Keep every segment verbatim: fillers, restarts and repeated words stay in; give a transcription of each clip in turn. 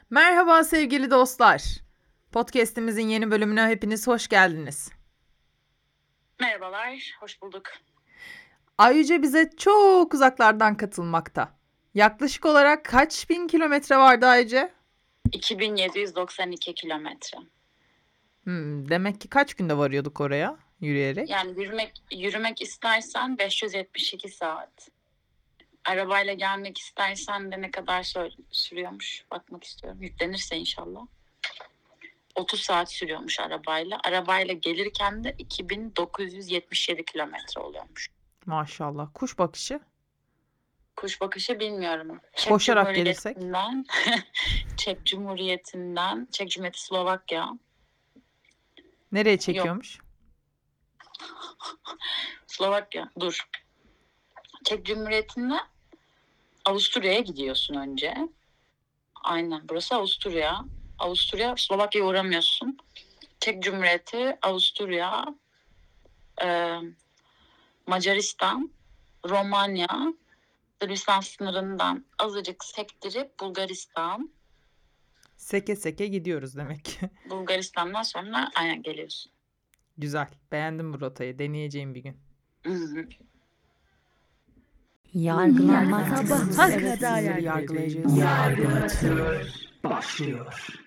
Merhaba sevgili dostlar. Podcast'imizin yeni bölümüne hepiniz hoş geldiniz. Merhabalar, hoş bulduk. Ayrıca bize çok uzaklardan katılmakta. Yaklaşık olarak kaç bin kilometre vardı Ayce? iki bin yedi yüz doksan iki kilometre. Hmm, demek ki kaç günde varıyorduk oraya yürüyerek? Yani yürümek yürümek istersen beş yüz yetmiş iki saat. Arabayla gelmek istersen de ne kadar sö- sürüyormuş bakmak istiyorum. Yüklenirse inşallah. otuz saat sürüyormuş arabayla. Arabayla gelirken de iki bin dokuz yüz yetmiş yedi kilometre oluyormuş. Maşallah. Kuş bakışı. Kuş bakışı bilmiyorum. Çek Koşarak gelirsek. Cumhuriyeti'nden, Çek Cumhuriyeti'nden, Çek Cumhuriyeti Slovakya. Nereye Yok, çekiyormuş? Slovakya. Dur. Çek Cumhuriyeti'nden Avusturya'ya gidiyorsun önce. Aynen, burası Avusturya. Avusturya, Slovakya'ya uğramıyorsun. Çek Cumhuriyeti, Avusturya, e, Macaristan, Romanya, Sırbistan sınırından azıcık sektirip Bulgaristan. Seke seke gidiyoruz demek ki. Bulgaristan'dan sonra aynen geliyorsun. Güzel. Beğendim bu rotayı. Deneyeceğim bir gün. Hı hı. Yargılanmak Sabaha sabaha kadar kadar yargılayacağız. yargılatıyor. Başlıyor.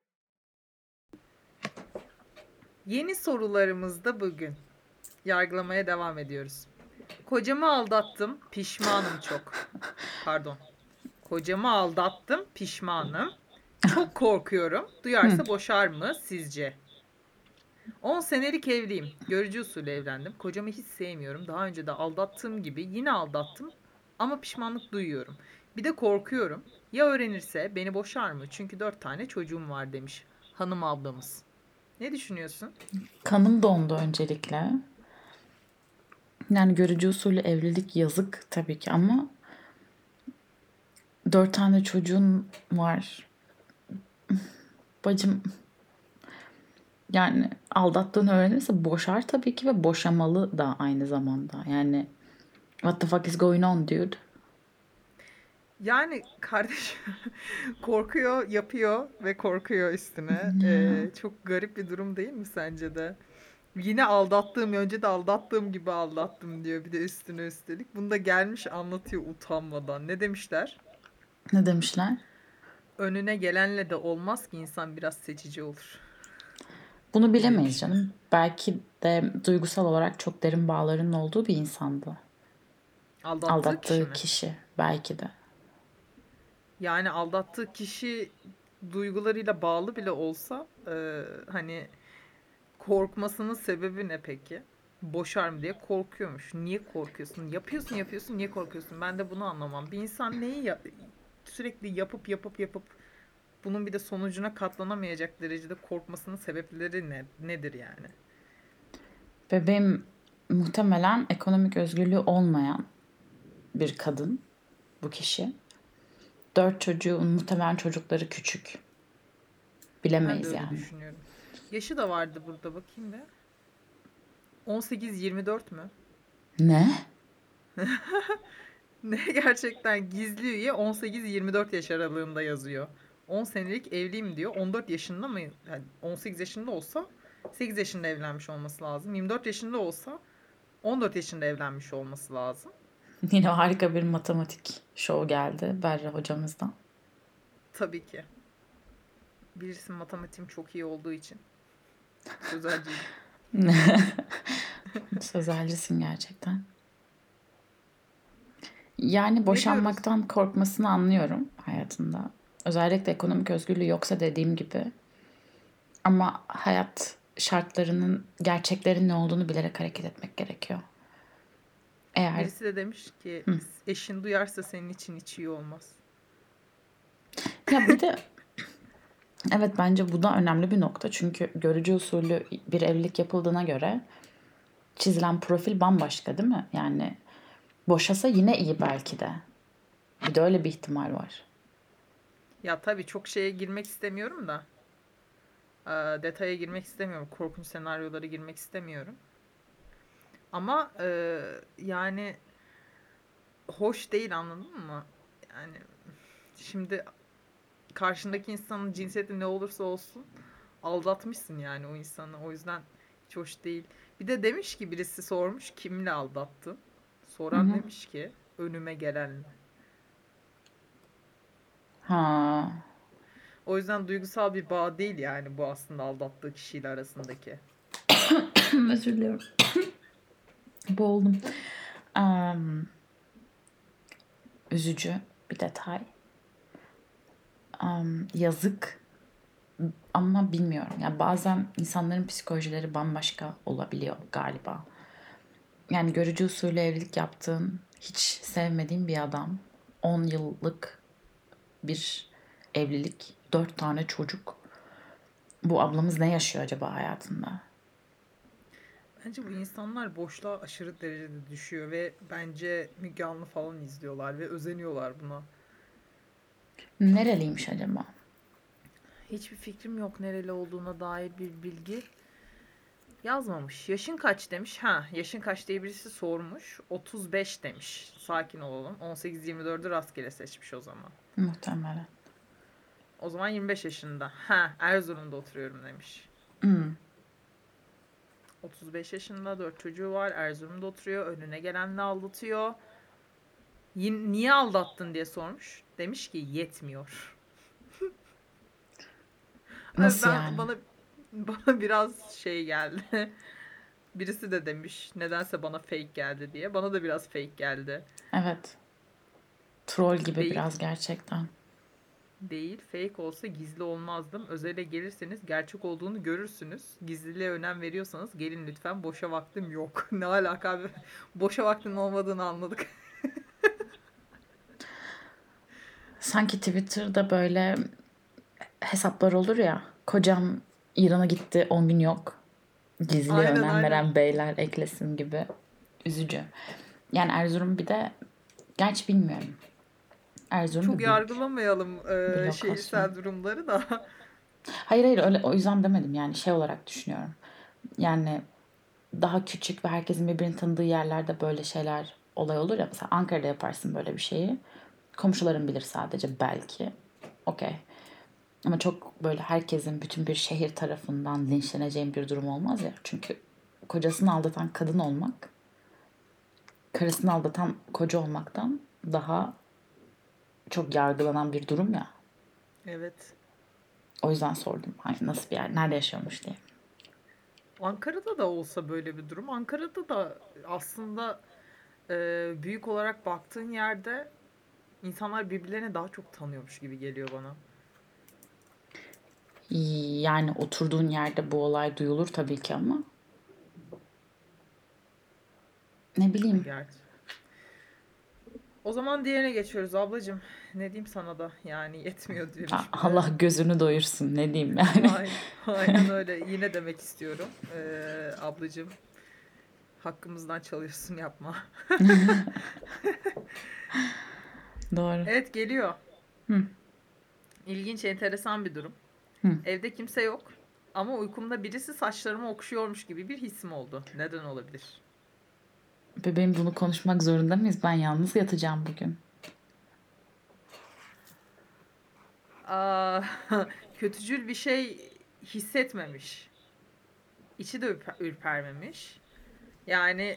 Yeni sorularımızda bugün. Yargılamaya devam ediyoruz. Kocamı aldattım, pişmanım çok. Pardon. Kocamı aldattım, pişmanım. Çok korkuyorum. Duyarsa boşar mı sizce? on senelik evliyim. Görücü usulü evlendim. Kocamı hiç sevmiyorum. Daha önce de aldattığım gibi yine aldattım. Ama pişmanlık duyuyorum. Bir de korkuyorum. Ya öğrenirse beni boşar mı? Çünkü dört tane çocuğum var demiş hanım ablamız. Ne düşünüyorsun? Kanım dondu öncelikle. Yani görücü usulü evlilik yazık tabii ki ama dört tane çocuğun var. Bacım yani aldattığını öğrenirse boşar tabii ki ve boşamalı da aynı zamanda. Yani what the fuck is going on dude? Yani kardeş korkuyor, yapıyor ve korkuyor üstüne. Ya. Ee, çok garip bir durum değil mi sence de? Yine aldattığım, önce de aldattığım gibi aldattım diyor bir de üstüne üstelik. Bunu da gelmiş anlatıyor utanmadan. Ne demişler? Ne demişler? Önüne gelenle de olmaz ki insan biraz seçici olur Bunu bilemeyiz demiş. canım. Belki de duygusal olarak çok derin bağlarının olduğu bir insandı. Aldattığı kişi Aldattığı mi? kişi belki de. Yani aldattığı kişi duygularıyla bağlı bile olsa e, hani korkmasının sebebi ne peki? Boşar mı diye korkuyormuş. Niye korkuyorsun? Yapıyorsun yapıyorsun niye korkuyorsun? Ben de bunu anlamam. Bir insan neyi ya- sürekli yapıp yapıp yapıp bunun bir de sonucuna katlanamayacak derecede korkmasının sebepleri ne? Nedir yani? Bebeğim muhtemelen ekonomik özgürlüğü olmayan bir kadın bu kişi. Dört çocuğun muhtemelen çocukları küçük. Ben de Bilemeyiz öyle yani. düşünüyorum. Yaşı da vardı burada bakayım be. on sekiz yirmi dört mü? Ne? Ne gerçekten gizli üye on sekiz yirmi dört yaş aralığında yazıyor. on senelik evliyim diyor. on dört yaşında mı? Yani on sekiz yaşında olsa sekiz yaşında evlenmiş olması lazım. yirmi dört yaşında olsa on dört yaşında evlenmiş olması lazım. Yine harika bir matematik show geldi Berra hocamızdan. Tabii ki. Bilirsin matematiğim çok iyi olduğu için. Sözelciyim. Sözelcisin gerçekten. Yani Ne diyoruz? boşanmaktan korkmasını anlıyorum hayatında. Özellikle ekonomik özgürlüğü yoksa dediğim gibi. Ama hayat şartlarının, gerçeklerin ne olduğunu bilerek hareket etmek gerekiyor. Eğer Birisi de demiş ki hı. eşin duyarsa senin için hiç iyi olmaz. Ya bir de evet bence bu da önemli bir nokta. Çünkü görücü usulü bir evlilik yapıldığına göre çizilen profil bambaşka değil mi? Yani boşasa yine iyi belki de. Bir de öyle bir ihtimal var. Ya tabii çok şeye girmek istemiyorum da. e, Detaya girmek istemiyorum. Korkunç senaryolara girmek istemiyorum. Ama e, yani hoş değil anladın mı? Yani şimdi karşındaki insanın cinsiyeti ne olursa olsun aldatmışsın yani o insanı. O yüzden hiç hoş değil. Bir de demiş ki birisi sormuş kimle aldattın? Hı Soran hı. demiş ki önüme gelenle. Ha. O yüzden duygusal bir bağ değil yani bu aslında aldattığı kişiyle arasındaki. Özür diliyorum. Boğuldum. Am, üzücü bir detay. Am, yazık ama bilmiyorum. Ya bazen insanların psikolojileri bambaşka olabiliyor galiba. Yani görücü usulü evlilik yaptığın, hiç sevmediğin bir adam, on yıllık bir evlilik, dört tane çocuk. Bu ablamız ne yaşıyor acaba hayatında? Bence bu insanlar boşluğa aşırı derecede düşüyor ve bence Müge Anlı falan izliyorlar ve özeniyorlar buna. Nereliymiş acaba? Hiçbir fikrim yok nereli olduğuna dair bir bilgi yazmamış. Yaşın kaç demiş. Ha, yaşın kaç diye birisi sormuş. otuz beş demiş. Sakin olalım. on sekiz yirmi dördü rastgele seçmiş o zaman. Muhtemelen. O zaman yirmi beş yaşında. Ha, Erzurum'da oturuyorum demiş. Hmm. otuz beş yaşında, dört çocuğu var. Erzurum'da oturuyor. Önüne gelenle aldatıyor. Yin- Niye aldattın diye sormuş. Demiş ki yetmiyor. Abi Nasıl ben yani? bana bana biraz şey geldi. Birisi de demiş nedense bana fake geldi diye. Bana da biraz fake geldi. Evet. Troll gibi Değil. biraz gerçekten. Değil. Fake olsa gizli olmazdım. Özele gelirseniz gerçek olduğunu görürsünüz. Gizliliğe önem veriyorsanız gelin lütfen. Boşa vaktim yok. Ne alaka abi? Boşa vaktin olmadığını anladık. Sanki Twitter'da böyle hesaplar olur ya. Kocam İran'a gitti on gün yok. Gizliliğe Aynen önem aynen. veren beyler eklesin gibi. Üzücü. Yani Erzurum bir de gerçi bilmiyorum. Erzurum Çok da büyük yargılamayalım bir eee, lokasyon. şehirsel durumları da. Hayır hayır öyle o yüzden demedim yani şey olarak düşünüyorum. Yani daha küçük ve herkesin birbirini tanıdığı yerlerde böyle şeyler olay olur ya. Mesela Ankara'da yaparsın böyle bir şeyi. Komşuların bilir sadece belki. Okey. Ama çok böyle herkesin bütün bir şehir tarafından linçleneceğin bir durum olmaz ya. Çünkü kocasını aldatan kadın olmak, karısını aldatan koca olmaktan daha çok yargılanan bir durum ya. Evet. O yüzden sordum. Hani nasıl bir yer, nerede yaşıyormuş diye. Ankara'da da olsa böyle bir durum. Ankara'da da aslında eee, büyük olarak baktığın yerde insanlar birbirlerini daha çok tanıyormuş gibi geliyor bana. Yani oturduğun yerde bu olay duyulur tabii ki ama ne Ha, bileyim. gerçi. O zaman diğerine geçiyoruz ablacığım. Ne diyeyim sana da yani yetmiyor demiş bir de. Allah gözünü doyursun ne diyeyim yani. Aynen, aynen öyle. Yine demek istiyorum. Ee, ablacığım hakkımızdan çalıyorsun yapma. Doğru. Evet geliyor. Hı, İlginç, enteresan bir durum. hı. Evde kimse yok. Ama uykumda birisi saçlarımı okşuyormuş gibi bir hissim oldu. Neden olabilir? Bebeğim bunu konuşmak zorunda mıyız? Ben yalnız yatacağım bugün. Aa, kötücül bir şey hissetmemiş. İçi de ürper- ürpermemiş. Yani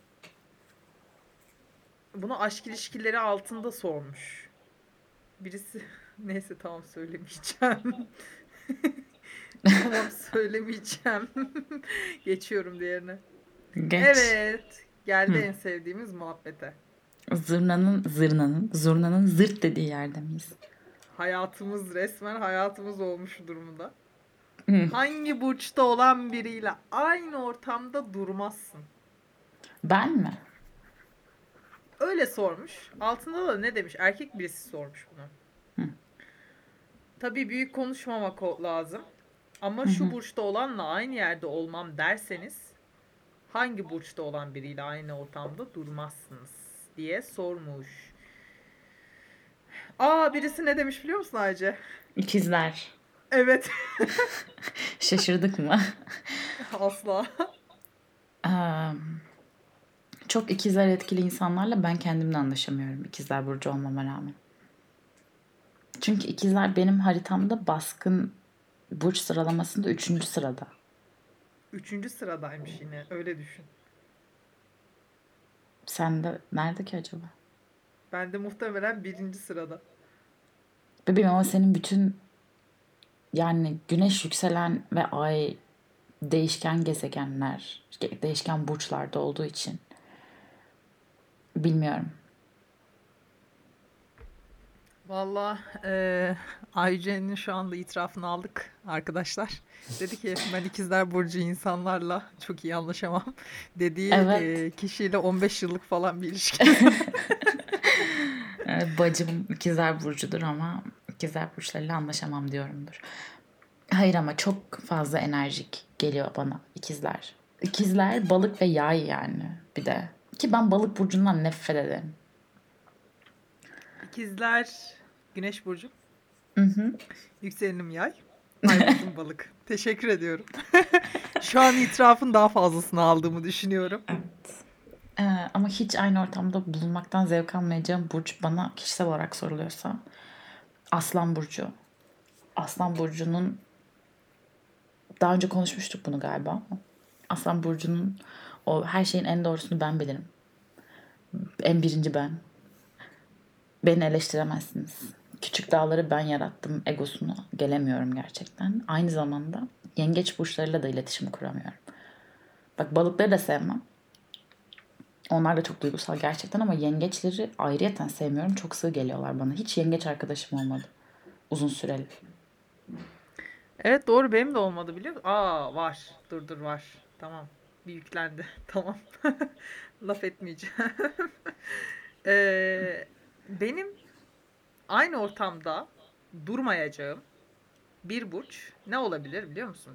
bunu aşk ilişkileri altında sormuş. Birisi neyse tamam söylemeyeceğim. Tamam söylemeyeceğim. Geçiyorum diğerine. Geç. Evet. Geldi Hı. en sevdiğimiz muhabbete. Zırnanın, zırnanın, zurnanın zırt dediği yerde miyiz? Hayatımız resmen hayatımız olmuş durumda. Hı. Hangi burçta olan biriyle aynı ortamda durmazsın? Ben mi? Öyle sormuş. Altında da ne demiş? Erkek birisi sormuş bunu. Hı. Tabii büyük konuşmamak o- lazım. Ama Hı şu hı. burçta olanla aynı yerde olmam derseniz hangi burçta olan biriyle aynı ortamda durmazsınız diye sormuş. Aa birisi ne demiş biliyor musun Ayce? İkizler. Evet. Şaşırdık mı? Asla. Eee, çok ikizler etkili insanlarla ben kendimle anlaşamıyorum. İkizler burcu olmama rağmen. Çünkü ikizler benim haritamda baskın burç sıralamasında üçüncü sırada. Üçüncü sıradaymış yine. Öyle düşün. Sen de nerede ki acaba? Ben de muhtemelen birinci sırada. Bebeğim ama senin bütün yani güneş, yükselen ve ay değişken gezegenler, değişken burçlarda olduğu için bilmiyorum. Valla eee Ayce'nin şu anda itirafını aldık arkadaşlar. Dedi ki ben ikizler burcu insanlarla çok iyi anlaşamam. Dediği Evet. eee, kişiyle on beş yıllık falan bir ilişki. Evet, bacım ikizler burcudur ama ikizler burçlarıyla anlaşamam diyorumdur. Hayır ama çok fazla enerjik geliyor bana ikizler. İkizler balık ve yay yani bir de. Ki ben balık burcundan nefret ederim. İkizler Güneş burcu. Hı hı. Yükselenim yay. Ay burcum balık. Teşekkür ediyorum. Şu an itirafın daha fazlasını aldığımı düşünüyorum. Ee, ama hiç aynı ortamda bulunmaktan zevk almayacağım burç bana kişisel olarak soruluyorsa Aslan burcu. Aslan burcunun daha önce konuşmuştuk bunu galiba ama Aslan burcunun o her şeyin en doğrusunu ben bilirim. En birinci ben. Beni eleştiremezsiniz. Küçük dağları ben yarattım egosunu gelemiyorum gerçekten. Aynı zamanda yengeç burçlarıyla da iletişim kuramıyorum. Bak balıkları da sevmem. Onlar da çok duygusal gerçekten ama yengeçleri ayrıyeten sevmiyorum. Çok sığ geliyorlar bana. Hiç yengeç arkadaşım olmadı. Uzun süreli. Evet doğru benim de olmadı biliyor musun? Aa var. Dur dur var. Tamam. Bir yüklendi. Tamam. Laf etmeyeceğim. Ee, benim aynı ortamda durmayacağım bir burç ne olabilir biliyor musun?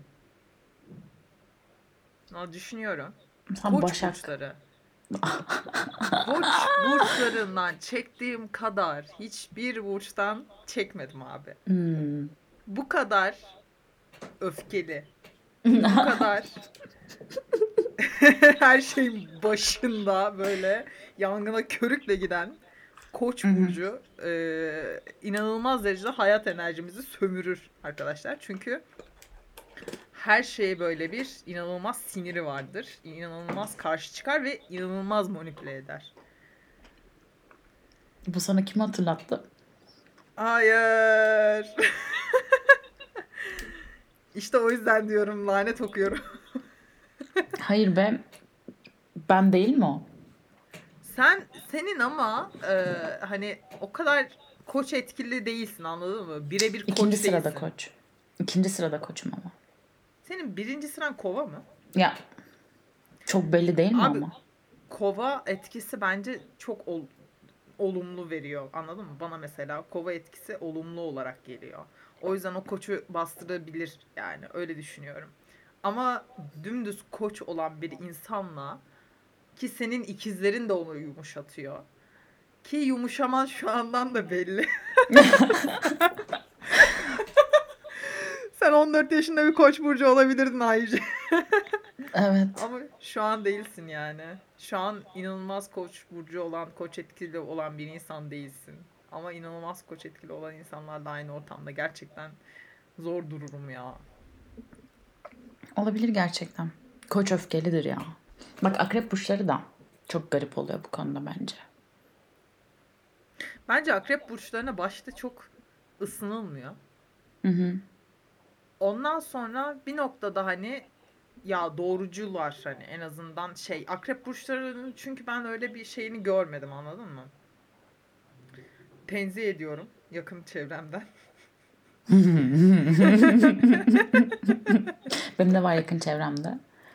Ha, düşünüyorum. Sen Koç Başak. burçları. Koç burçlarından çektiğim kadar hiçbir burçtan çekmedim abi. Hmm. Bu kadar öfkeli, bu kadar her şeyin başında böyle yangına körükle giden Koç burcu e, inanılmaz derecede hayat enerjimizi sömürür arkadaşlar. Çünkü her şeye böyle bir inanılmaz siniri vardır. İnanılmaz karşı çıkar ve inanılmaz manipüle eder. Bu sana kimi hatırlattı? Hayır. İşte o yüzden diyorum lanet okuyorum. Hayır be. Ben değil mi o? Sen senin ama e, hani o kadar koç etkili değilsin anladın mı? Birebir koç İkinci değilsin. sırada koç. İkinci sırada koçum ama. Senin birinci sıran kova mı? Ya çok belli değil mi Abi ama? kova etkisi bence çok ol- olumlu veriyor. Anladın mı? Bana mesela kova etkisi olumlu olarak geliyor. O yüzden o koçu bastırabilir yani öyle düşünüyorum. Ama dümdüz koç olan bir insanla ki senin ikizlerin de onu yumuşatıyor. Ki yumuşaman şu andan da belli. Sen on dört yaşında bir koç burcu olabilirdin Ayşe. Evet. Ama şu an değilsin yani. Şu an inanılmaz koç burcu olan, koç etkili olan bir insan değilsin. Ama inanılmaz koç etkili olan insanlarla aynı ortamda gerçekten zor dururum ya. Olabilir gerçekten. Koç öfkelidir ya. Bak akrep burçları da çok garip oluyor bu konuda bence. Bence akrep burçlarına başta çok ısınılmıyor. Hı hı. Ondan sonra bir noktada hani ya doğrucular hani en azından şey akrep burçlarının çünkü ben öyle bir şeyini görmedim anladın mı? Tenzih ediyorum yakın çevremden. Benim de var yakın çevremde.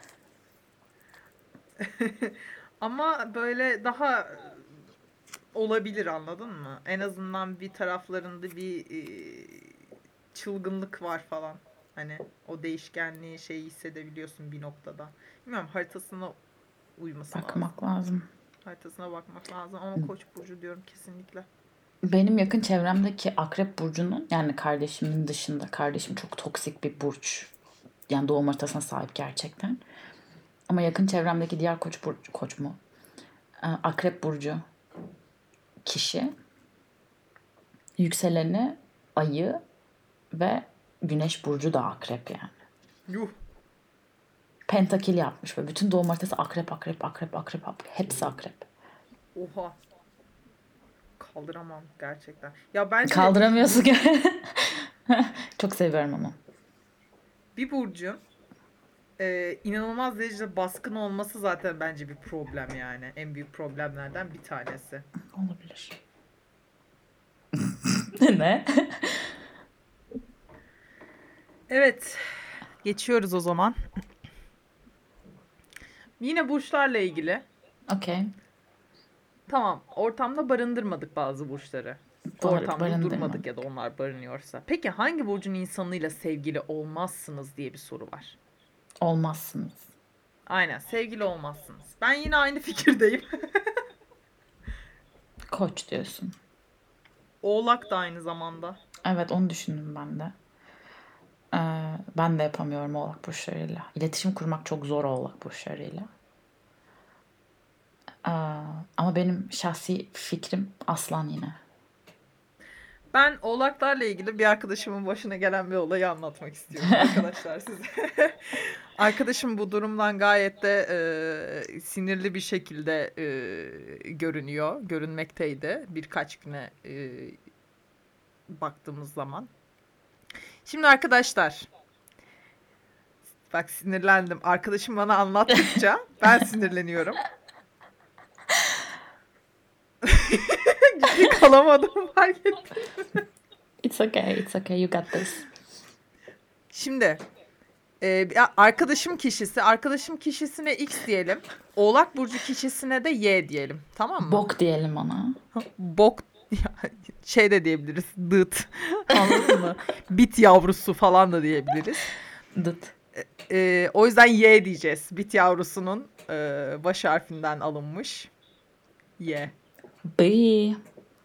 Ama böyle daha olabilir anladın mı? En azından bir taraflarında bir e, çılgınlık var falan. Hani o değişkenliği şeyi hissedebiliyorsun bir noktada. Bilmiyorum haritasına uyması lazım. Bakmak lazım. Haritasına bakmak lazım ama Koç burcu diyorum kesinlikle. Benim yakın çevremdeki akrep burcunun yani kardeşimin dışında kardeşim çok toksik bir burç. Yani doğum haritasına sahip gerçekten. Ama yakın çevremdeki diğer koç burcu, koç mu? Ee, Akrep burcu kişi yükseleni ayı ve güneş burcu da akrep yani. Yuh. Pentakil yapmış ve bütün doğum haritası akrep akrep akrep akrep akrep. Hepsi akrep. Oha. Kaldıramam gerçekten. Ya bence Kaldıramıyorsun ki. Çok seviyorum ama. bir burcun e, inanılmaz derecede baskın olması zaten bence bir problem yani. En büyük problemlerden bir tanesi. Olabilir. Ne? Evet. Geçiyoruz o zaman. Yine burçlarla ilgili. Okey. Tamam. Ortamda barındırmadık bazı burçları. Bar- Ortamda barındırmadık. durmadık ya da onlar barınıyorsa. Peki hangi burcun insanıyla sevgili olmazsınız diye bir soru var. Olmazsınız. Aynen. Sevgili olmazsınız. Ben yine aynı fikirdeyim. Koç diyorsun. Oğlak da aynı zamanda. Evet, onu düşündüm ben de. Ee, ben de yapamıyorum oğlak burçlarıyla. İletişim kurmak çok zor oğlak burçlarıyla. Ee, ama benim şahsi fikrim aslan yine. Ben oğlaklarla ilgili bir arkadaşımın başına gelen bir olayı anlatmak istiyorum arkadaşlar size. Arkadaşım bu durumdan gayet de e, sinirli bir şekilde e, görünüyor, görünmekteydi birkaç güne e, baktığımız zaman. Şimdi arkadaşlar, bak sinirlendim. Arkadaşım bana anlattıkça ben sinirleniyorum. Ciddi kalamadım fark ettim. It's okay, it's okay, you got this. Şimdi e, bir arkadaşım kişisi, arkadaşım kişisine X diyelim. Oğlak burcu kişisine de Y diyelim. Tamam mı? Bok diyelim ona. Bok şey de diyebiliriz. Dıt. Anladın mı? Bit yavrusu falan da diyebiliriz. Dıt. E, o yüzden Y diyeceğiz. Bit yavrusunun e, baş harfinden alınmış. Y. Bye.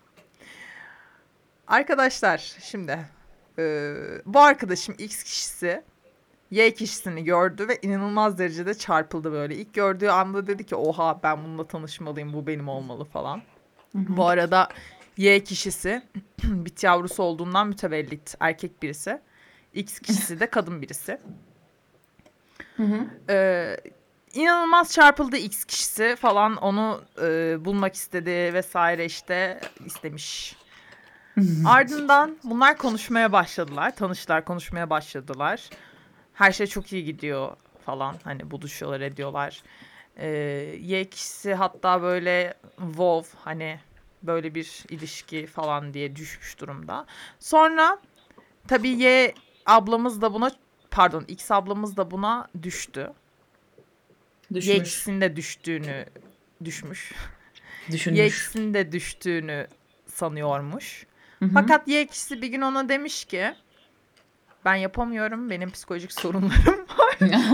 Arkadaşlar şimdi e, bu arkadaşım X kişisi Y kişisini gördü ve inanılmaz derecede çarpıldı böyle. İlk gördüğü anda dedi ki oha ben bununla tanışmalıyım, bu benim olmalı falan. Hı hı. Bu arada Y kişisi bit yavrusu olduğundan mütevellit erkek birisi. X kişisi de kadın birisi. Hı hı. Ee, inanılmaz çarpıldı X kişisi falan, onu e, bulmak istedi vesaire, işte istemiş. Ardından bunlar konuşmaya başladılar. Tanıştılar, konuşmaya başladılar. Her şey çok iyi gidiyor falan. Hani buluşuyorlar, ediyorlar. Ee, Y kişisi hatta böyle wow, hani böyle bir ilişki falan diye düşmüş durumda. Sonra tabii Y ablamız da buna, pardon X ablamız da buna düştü. Y Düşmüş. kişisinin de düştüğünü düşmüş. Y Düşünmüş. kişisinin de düştüğünü sanıyormuş. Hı hı. Fakat Y kişisi bir gün ona demiş ki ben yapamıyorum, benim psikolojik sorunlarım var.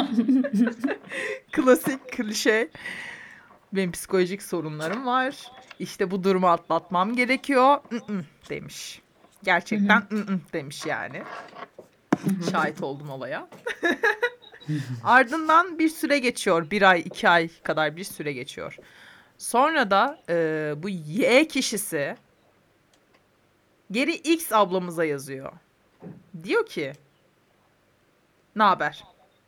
Klasik klişe. Benim psikolojik sorunlarım var. İşte bu durumu atlatmam gerekiyor. Mm-mm demiş. Gerçekten mm-mm demiş yani. Şahit oldum olaya. Ardından bir süre geçiyor. Bir ay, iki ay kadar bir süre geçiyor. Sonra da e, bu Y kişisi geri X ablamıza yazıyor. Diyor ki ne haber?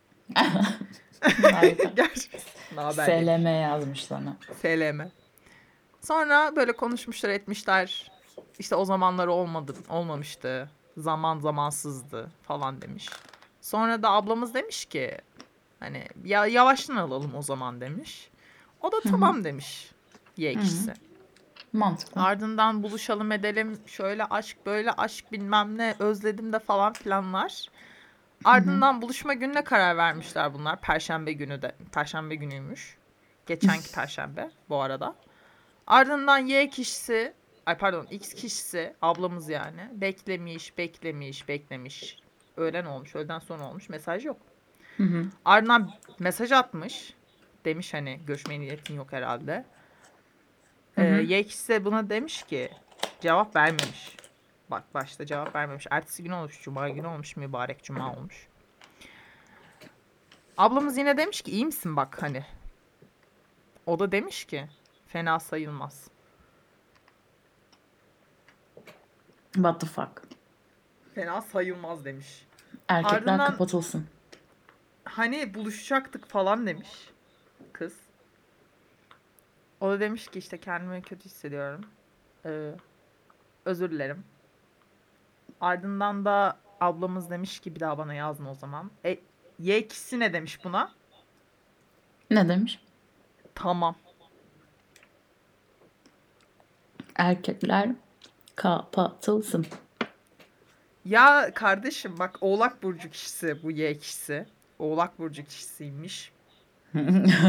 Harika. Gerçekten. Ne haber? S L M yazmış sana. S L M. Sonra böyle konuşmuşlar, etmişler. İşte o zamanları olmadı, olmamıştı. Zaman zamansızdı falan demiş. Sonra da ablamız demiş ki hani ya yavaştan alalım o zaman demiş. O da tamam demiş Y kişisi. Mantıklı. Ardından buluşalım edelim, şöyle aşk böyle aşk bilmem ne, özledim de falan filanlar. Ardından buluşma gününe karar vermişler bunlar. Perşembe günü de. Perşembe günüymüş. Geçenki perşembe bu arada. Ardından Y kişisi, ay pardon X kişisi, ablamız yani, beklemiş, beklemiş, beklemiş. Öğlen olmuş, öğleden sonra olmuş. Mesaj yok. Hı hı. Ardından mesaj atmış. Demiş hani görüşmeye niyetin yok herhalde. Ee, Hı hı. Y kişisi de buna demiş ki cevap vermemiş. Bak başta cevap vermemiş. Ertesi gün olmuş. Cuma günü olmuş. Mübarek cuma olmuş. Ablamız yine demiş ki iyi misin bak hani. O da demiş ki fena sayılmaz. What the fuck? fena sayılmaz demiş. Erkekler Ardından kapatılsın. hani buluşacaktık falan demiş kız. O da demiş ki işte kendimi kötü hissediyorum. Ee, özür dilerim. Ardından da ablamız demiş ki bir daha bana yazma o zaman. E, Y kişi ne demiş buna? Ne demiş? Tamam. Erkekler kapatılsın. Ya kardeşim bak Oğlak Burcu kişisi bu Y kişisi. Oğlak Burcu kişisiymiş. Ee,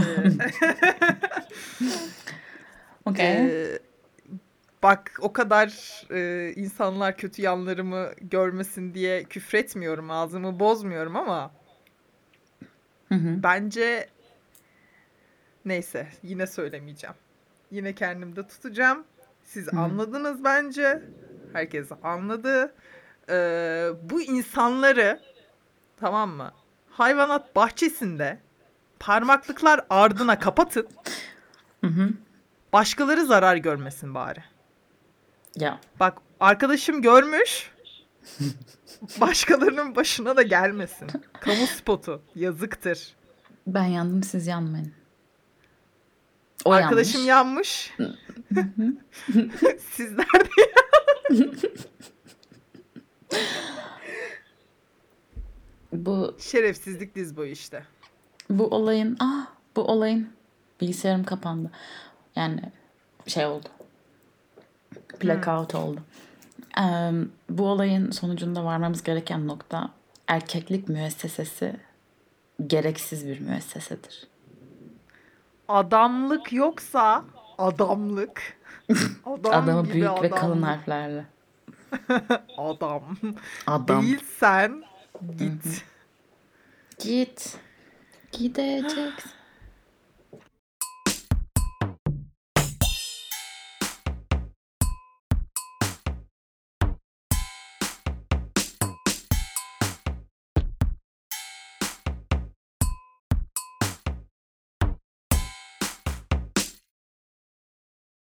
Okey. Ee, bak o kadar e, insanlar kötü yanlarımı görmesin diye küfretmiyorum, ağzımı bozmuyorum ama Hı hı. bence neyse yine söylemeyeceğim. Yine kendimde tutacağım. Siz Hı hı. anladınız bence. Herkes anladı. Ee, bu insanları tamam mı? Hayvanat bahçesinde parmaklıklar ardına kapatın. Hı hı. Başkaları zarar görmesin bari. Ya Bak arkadaşım görmüş. Başkalarının başına da gelmesin. Kamu spotu. Yazıktır. ben yandım, siz yanmayın. O Arkadaşım yanmış. yanmış. Sizler de Bu şerefsizlik diz boyu işte. bu olayın ah bu olayın bilgisayarım kapandı. Yani şey oldu. Blackout oldu. Eee, bu olayın sonucunda varmamız gereken nokta, erkeklik müessesesi gereksiz bir müessesedir. Adamlık yoksa adamlık. Adam Adamı gibi büyük ve kalın adamlık. harflerle. Adam. Adam. Değilsen git. Git. Gideceksin.